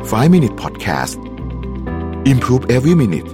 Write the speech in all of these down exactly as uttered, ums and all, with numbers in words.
five minute podcast Improve every minute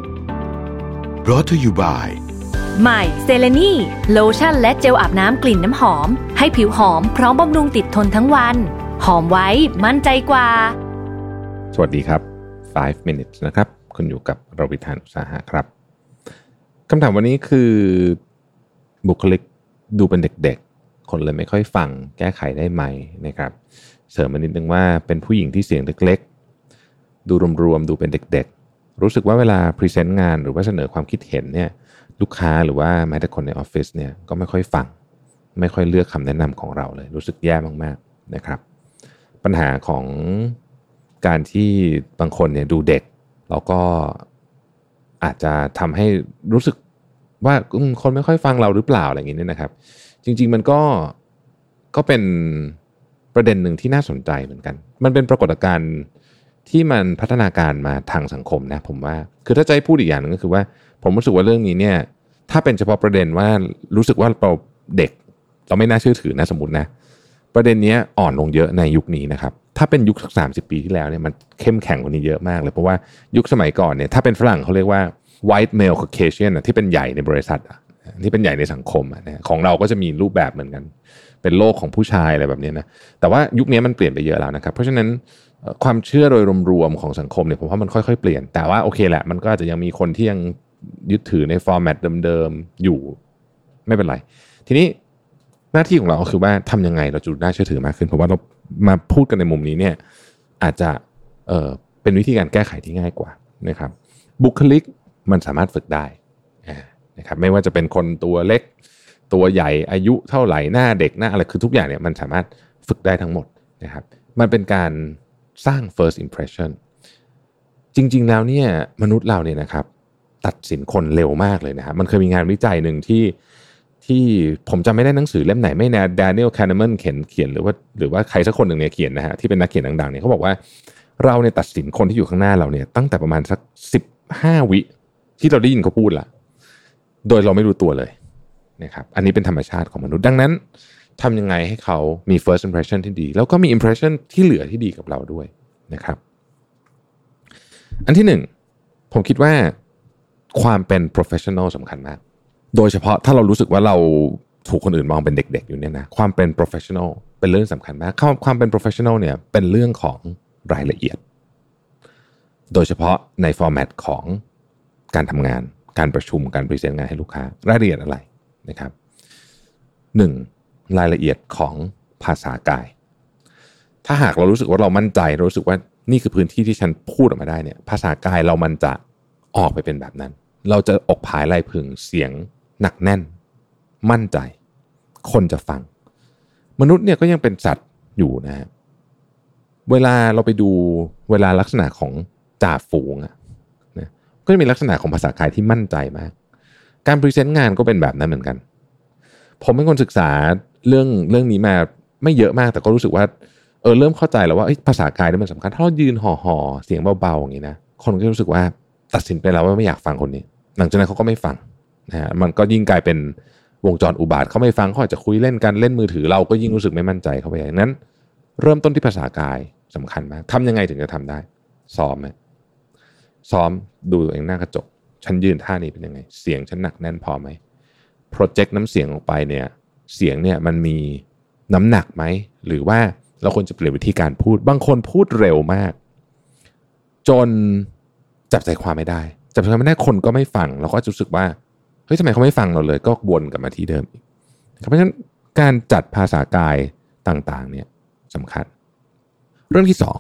brought to you by ใหม่เซเลนีโลชั่นและเจลอาบน้ำกลิ่นน้ำหอมให้ผิวหอมพร้อมบำรุงติดทนทั้งวันหอมไว้มั่นใจกว่าสวัสดีครับfive minutes นะครับคุณอยู่กับรวิธานอุตสาหะครับคำถามวันนี้คือบุคลิกดูเป็นเด็กๆคนเลยไม่ค่อยฟังแก้ไขได้ไหมนะครับเสริมมานิดนึงว่าเป็นผู้หญิงที่เสียงเล็กๆดูรวมๆดูเป็นเด็กๆรู้สึกว่าเวลาพรีเซนต์งานหรือว่าเสนอความคิดเห็นเนี่ยลูกค้าหรือว่าแม้แต่คนในออฟฟิศเนี่ยก็ไม่ค่อยฟังไม่ค่อยเลือกคำแนะนำของเราเลยรู้สึกแย่มากๆนะครับปัญหาของการที่บางคนเนี่ยดูเด็กแล้วก็อาจจะทำให้รู้สึกว่าคนไม่ค่อยฟังเราหรือเปล่าอะไรอย่างนี้เนี่ยนะครับจริงๆมันก็ก็เป็นประเด็นหนึ่งที่น่าสนใจเหมือนกันมันเป็นปรากฏการณ์ที่มันพัฒนาการมาทางสังคมนะผมว่าคือถ้าจะให้พูดอีกอย่างนึงก็คือว่าผมรู้สึกว่าเรื่องนี้เนี่ยถ้าเป็นเฉพาะประเด็นว่ารู้สึกว่าเราเด็กเราไม่น่าเชื่อถือนะสมมุตินะประเด็นนี้อ่อนลงเยอะในยุคนี้นะครับถ้าเป็นยุคสักสามสิบปีที่แล้วเนี่ยมันเข้มแข็งกว่านี้เยอะมากเลยเพราะว่ายุคสมัยก่อนเนี่ยถ้าเป็นฝรั่งเขาเรียกว่า white male Caucasian ที่เป็นใหญ่ในบริษัทที่เป็นใหญ่ในสังคมนะของเราก็จะมีรูปแบบเหมือนกันเป็นโลกของผู้ชายอะไรแบบนี้นะแต่ว่ายุคนี้มันเปลี่ยนไปเยอะแล้วนะครับเพราะฉะนั้นความเชื่อโดยรวมๆของสังคมเนี่ยผมว่ามันค่อยๆเปลี่ยนแต่ว่าโอเคแหละมันก็อาจจะยังมีคนที่ยังยึดถือในฟอร์แมตเดิมๆอยู่ไม่เป็นไรทีนี้หน้าที่ของเราก็คือว่าทำยังไงเราจะน่าเชื่อถือมากขึ้นเพราะว่าเรามาพูดกันในมุมนี้เนี่ยอาจจะเอ่อเป็นวิธีการแก้ไขที่ง่ายกว่านะครับบุคลิกมันสามารถฝึกได้นะครับไม่ว่าจะเป็นคนตัวเล็กตัวใหญ่อายุเท่าไหร่หน้าเด็กหน้าอะไรคือทุกอย่างเนี่ยมันสามารถฝึกได้ทั้งหมดนะครับมันเป็นการสร้าง first impression จริงๆแล้วเนี่ยมนุษย์เราเนี่ยนะครับตัดสินคนเร็วมากเลยนะครับมันเคยมีงานวิจัยหนึ่งที่ที่ผมจำไม่ได้หนังสือเล่มไหนไม่แน่ดานิเอล คาร์เนแมนเขียนเขียนหรือว่าหรือว่าใครสักคนหนึ่งเนี่ยเขียนนะฮะที่เป็นนักเขียนดังๆเนี่ยเขาบอกว่าเราเนี่ยตัดสินคนที่อยู่ข้างหน้าเราเนี่ยตั้งแต่ประมาณสักสิบห้าวิที่เราได้ยินเขาพูดละโดยเราไม่รู้ตัวเลยนะครับอันนี้เป็นธรรมชาติของมนุษย์ดังนั้นทำยังไงให้เขามี first impression ที่ดีแล้วก็มี impression ที่เหลือที่ดีกับเราด้วยนะครับอันที่หนึ่งผมคิดว่าความเป็น professional สำคัญมากโดยเฉพาะถ้าเรารู้สึกว่าเราถูกคนอื่นมองเป็นเด็กๆอยู่เนี่ยนะความเป็น professional เป็นเรื่องสำคัญมากความเป็น professional เนี่ยเป็นเรื่องของรายละเอียดโดยเฉพาะใน format ของการทำงานการประชุมการพรีเซนต์งานให้ลูกค้ารายละเอียดอะไรนะครับหนึ่งรายละเอียดของภาษากายถ้าหากเรารู้สึกว่าเรามั่นใจเรารู้สึกว่านี่คือพื้นที่ที่ฉันพูดออกมาได้เนี่ยภาษากายเรามันจะออกไปเป็นแบบนั้นเราจะอกผายไหล่พึงเสียงหนักแน่นมั่นใจคนจะฟังมนุษย์เนี่ยก็ยังเป็นสัตว์อยู่นะฮะเวลาเราไปดูเวลาลักษณะของจ่าฝูงอะนะก็จะมีลักษณะของภาษากายที่มั่นใจมากการพรีเซนต์งานก็เป็นแบบนั้นเหมือนกันผมเป็นคนศึกษาเรื่องเรื่องนี้มาไม่เยอะมากแต่ก็รู้สึกว่าเออเริ่มเข้าใจแล้วว่าภาษากายนี่มันสำคัญถ้าเรายืนห่อๆเสียงเบาๆอย่างนี้นะคนก็รู้สึกว่าตัดสินไปแล้วว่าไม่อยากฟังคนนี้หลังจากนั้นเขาก็ไม่ฟังนะฮะมันก็ยิ่งกลายเป็นวงจรอุบาทเขาไม่ฟังเขาอาจจะคุยเล่นกันเล่นมือถือเราก็ยิ่งรู้สึกไม่มั่นใจเข้าไปอย่างนั้นเริ่มต้นที่ภาษากายสำคัญมากทำยังไงถึงจะทำได้ซ้อมไหมซ้อมดูตัวเองหน้ากระจกฉันยืนท่านี้เป็นยังไงเสียงฉันหนักแน่นพอไหมโปรเจกต์น้ำเสียงออกไปเนี่ยเสียงเนี่ยมันมีน้ำหนักไหมหรือว่าเราควรจะเปลี่ยนวิธีการพูดบางคนพูดเร็วมากจนจับใจความไม่ได้จับใจความไม่ได้คนก็ไม่ฟังเราก็รู้สึกว่าเฮ้ยทำไมเขาไม่ฟังเราเลยก็วนกลับมาที่เดิมอีกเพราะฉะนั้นการจัดภาษากายต่างๆเนี่ยสำคัญเรื่องที่สอง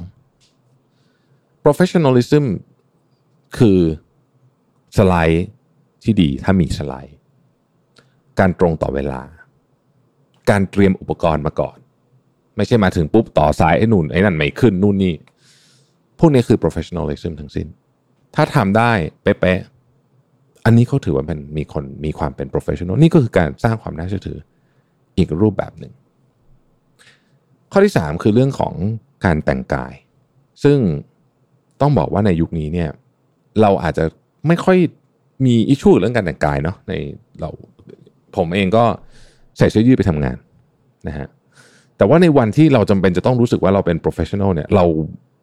professionalism คือสไลด์ที่ดีถ้ามีสไลด์การตรงต่อเวลาการเตรียมอุปกรณ์มาก่อนไม่ใช่มาถึงปุ๊บต่อสายไอ้นู่นไอ้นั่นไม่ขึ้นนู่นนี่พวกนี้คือ professionalism ทั้งสิ้นถ้าทำได้เป๊ะๆอันนี้เขาถือว่ามันมีคนมีความเป็น professional นี่ก็คือการสร้างความน่าเชื่อถืออีกรูปแบบหนึ่งข้อที่สามคือเรื่องของการแต่งกายซึ่งต้องบอกว่าในยุคนี้เนี่ยเราอาจจะไม่ค่อยมีอิชชูเรื่องการแต่งกายเนาะในเราผมเองก็ใส่เสื้อยืดไปทำงานนะฮะแต่ว่าในวันที่เราจำเป็นจะต้องรู้สึกว่าเราเป็น professional เนี่ยเรา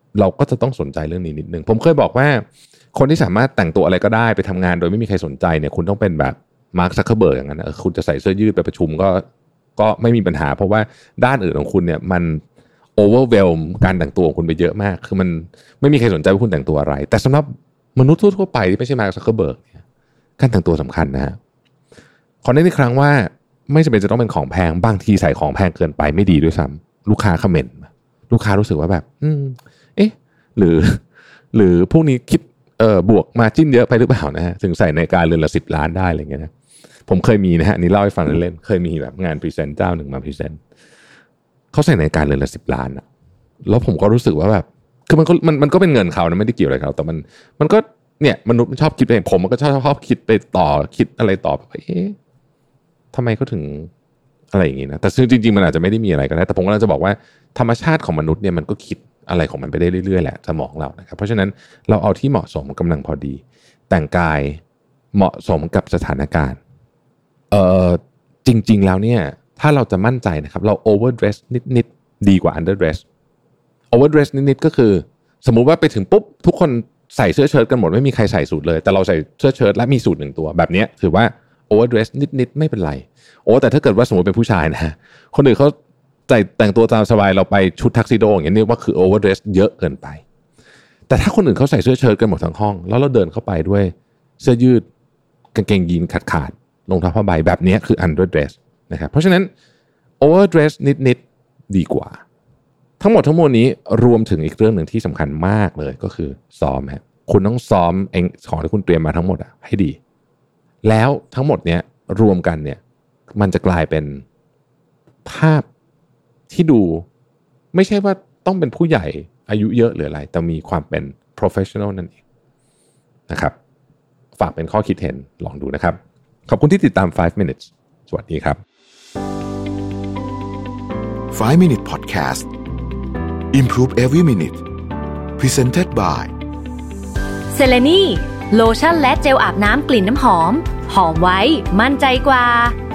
เราก็จะต้องสนใจเรื่องนี้นิดนึงผมเคยบอกว่าคนที่สามารถแต่งตัวอะไรก็ได้ไปทำงานโดยไม่มีใครสนใจเนี่ยคุณต้องเป็นแบบมาร์ค ซักเคอร์เบิร์กอย่างนั้นนะคุณจะใส่เสื้อยืดไปประชุมก็ก็ไม่มีปัญหาเพราะว่าด้านอื่นของคุณเนี่ยมันโอเวอร์เวลการแต่งตัวของคุณไปเยอะมากคือมันไม่มีใครสนใจว่าคุณแต่งตัวอะไรแต่สำหรับมนุษย์ทั่วไปที่ไม่ใช่มาร์ค ซักเคอร์เบิร์กเนี่ยการแต่งตัวสำคัญนะฮะขอเน้นอีกครั้งว่าไม่จำเป็นจะต้องเป็นของแพงบางทีใส่ของแพงเกินไปไม่ดีด้วยซ้ำลูกค้าคอมเมนต์ลูกค้ารู้สึกว่าแบบอืมเอ๊ะหรือหรือพวกนี้คิดเอ่อบวกมาจิ้นเยอะไปหรือเปล่านะฮะถึงใส่ในการเรือนละสิบล้านได้อะไรเงี้ยนะผมเคยมีนะฮะนี่เล่าให้ฟังเล่นๆเคยมีแบบงานพรีเซนต์เจ้าหนึ่งมาพรีเซนต์เขาใส่ในการเรือนละสิบล้านอะแล้วผมก็รู้สึกว่าแบบคือมันก็มันมันก็เป็นเงินเขานะไม่ได้เกี่ยวอะไรเขาแต่มันมันก็เนี่ยมนุษย์มันชอบคิดเองผมมันก็ชอบชอบคิดไปต่อคิดอะไรต่อไปเอ๊ะทำไมเขาถึงอะไรอย่างงี้นะแต่ซึ่งจริงๆมันอาจจะไม่ได้มีอะไรก็ได้แต่ผมก็จะบอกว่าธรรมชาติของมนุษย์เนี่ยมันก็คิดอะไรของมันไปได้เรื่อยๆแหละสมองเรานะครับเพราะฉะนั้นเราเอาที่เหมาะสมกำลังพอดีแต่งกายเหมาะสมกับสถานการณ์เอ่อจริงๆแล้วเนี่ยถ้าเราจะมั่นใจนะครับเรา overdress นิดๆดีกว่า underdress overdress นิดๆก็คือสมมุติว่าไปถึงปุ๊บทุกคนใส่เสื้อเชิ้ตกันหมดไม่มีใครใส่สูทเลยแต่เราใส่เสื้อเชิ้ตและมีสูทหนึ่งตัวแบบนี้ถือว่า overdress นิดๆไม่เป็นไรโอ้แต่ถ้าเกิดว่าสมมติเป็นผู้ชายนะคนอื่นเขาใส่แต่งตัวตามสบายเราไปชุดทักซิโดอย่างนี้เรียกว่าคือ overdress เยอะเกินไปแต่ถ้าคนอื่นเขาใส่เสื้อเชิ้ตกันหมดทั้งห้องแล้วเราเดินเข้าไปด้วยเสื้อยืดกางเกงยีนขาดๆรองเท้าผ้าใบแบบนี้คือ underdress นะครับเพราะฉะนั้น overdress นิดๆดีกว่าทั้งหมดทั้งมวลนี้รวมถึงอีกเรื่องหนึ่งที่สำคัญมากเลยก็คือซ้อมครับคุณต้องซ้อมเองของที่คุณเตรียมมาทั้งหมดอะให้ดีแล้วทั้งหมดเนี้ยรวมกันเนี่ยมันจะกลายเป็นภาพที่ดูไม่ใช่ว่าต้องเป็นผู้ใหญ่อายุเยอะหรืออะไรแต่มีความเป็น professional นั่นเองนะครับฝากเป็นข้อคิดเห็นลองดูนะครับขอบคุณที่ติดตามไฟว์ minutes สวัสดีครับไฟว์ minute podcast Improve every minute Presented by เซเลนีโลชั่นและเจลอาบน้ำกลิ่นน้ำหอมหอมไว้มั่นใจกว่า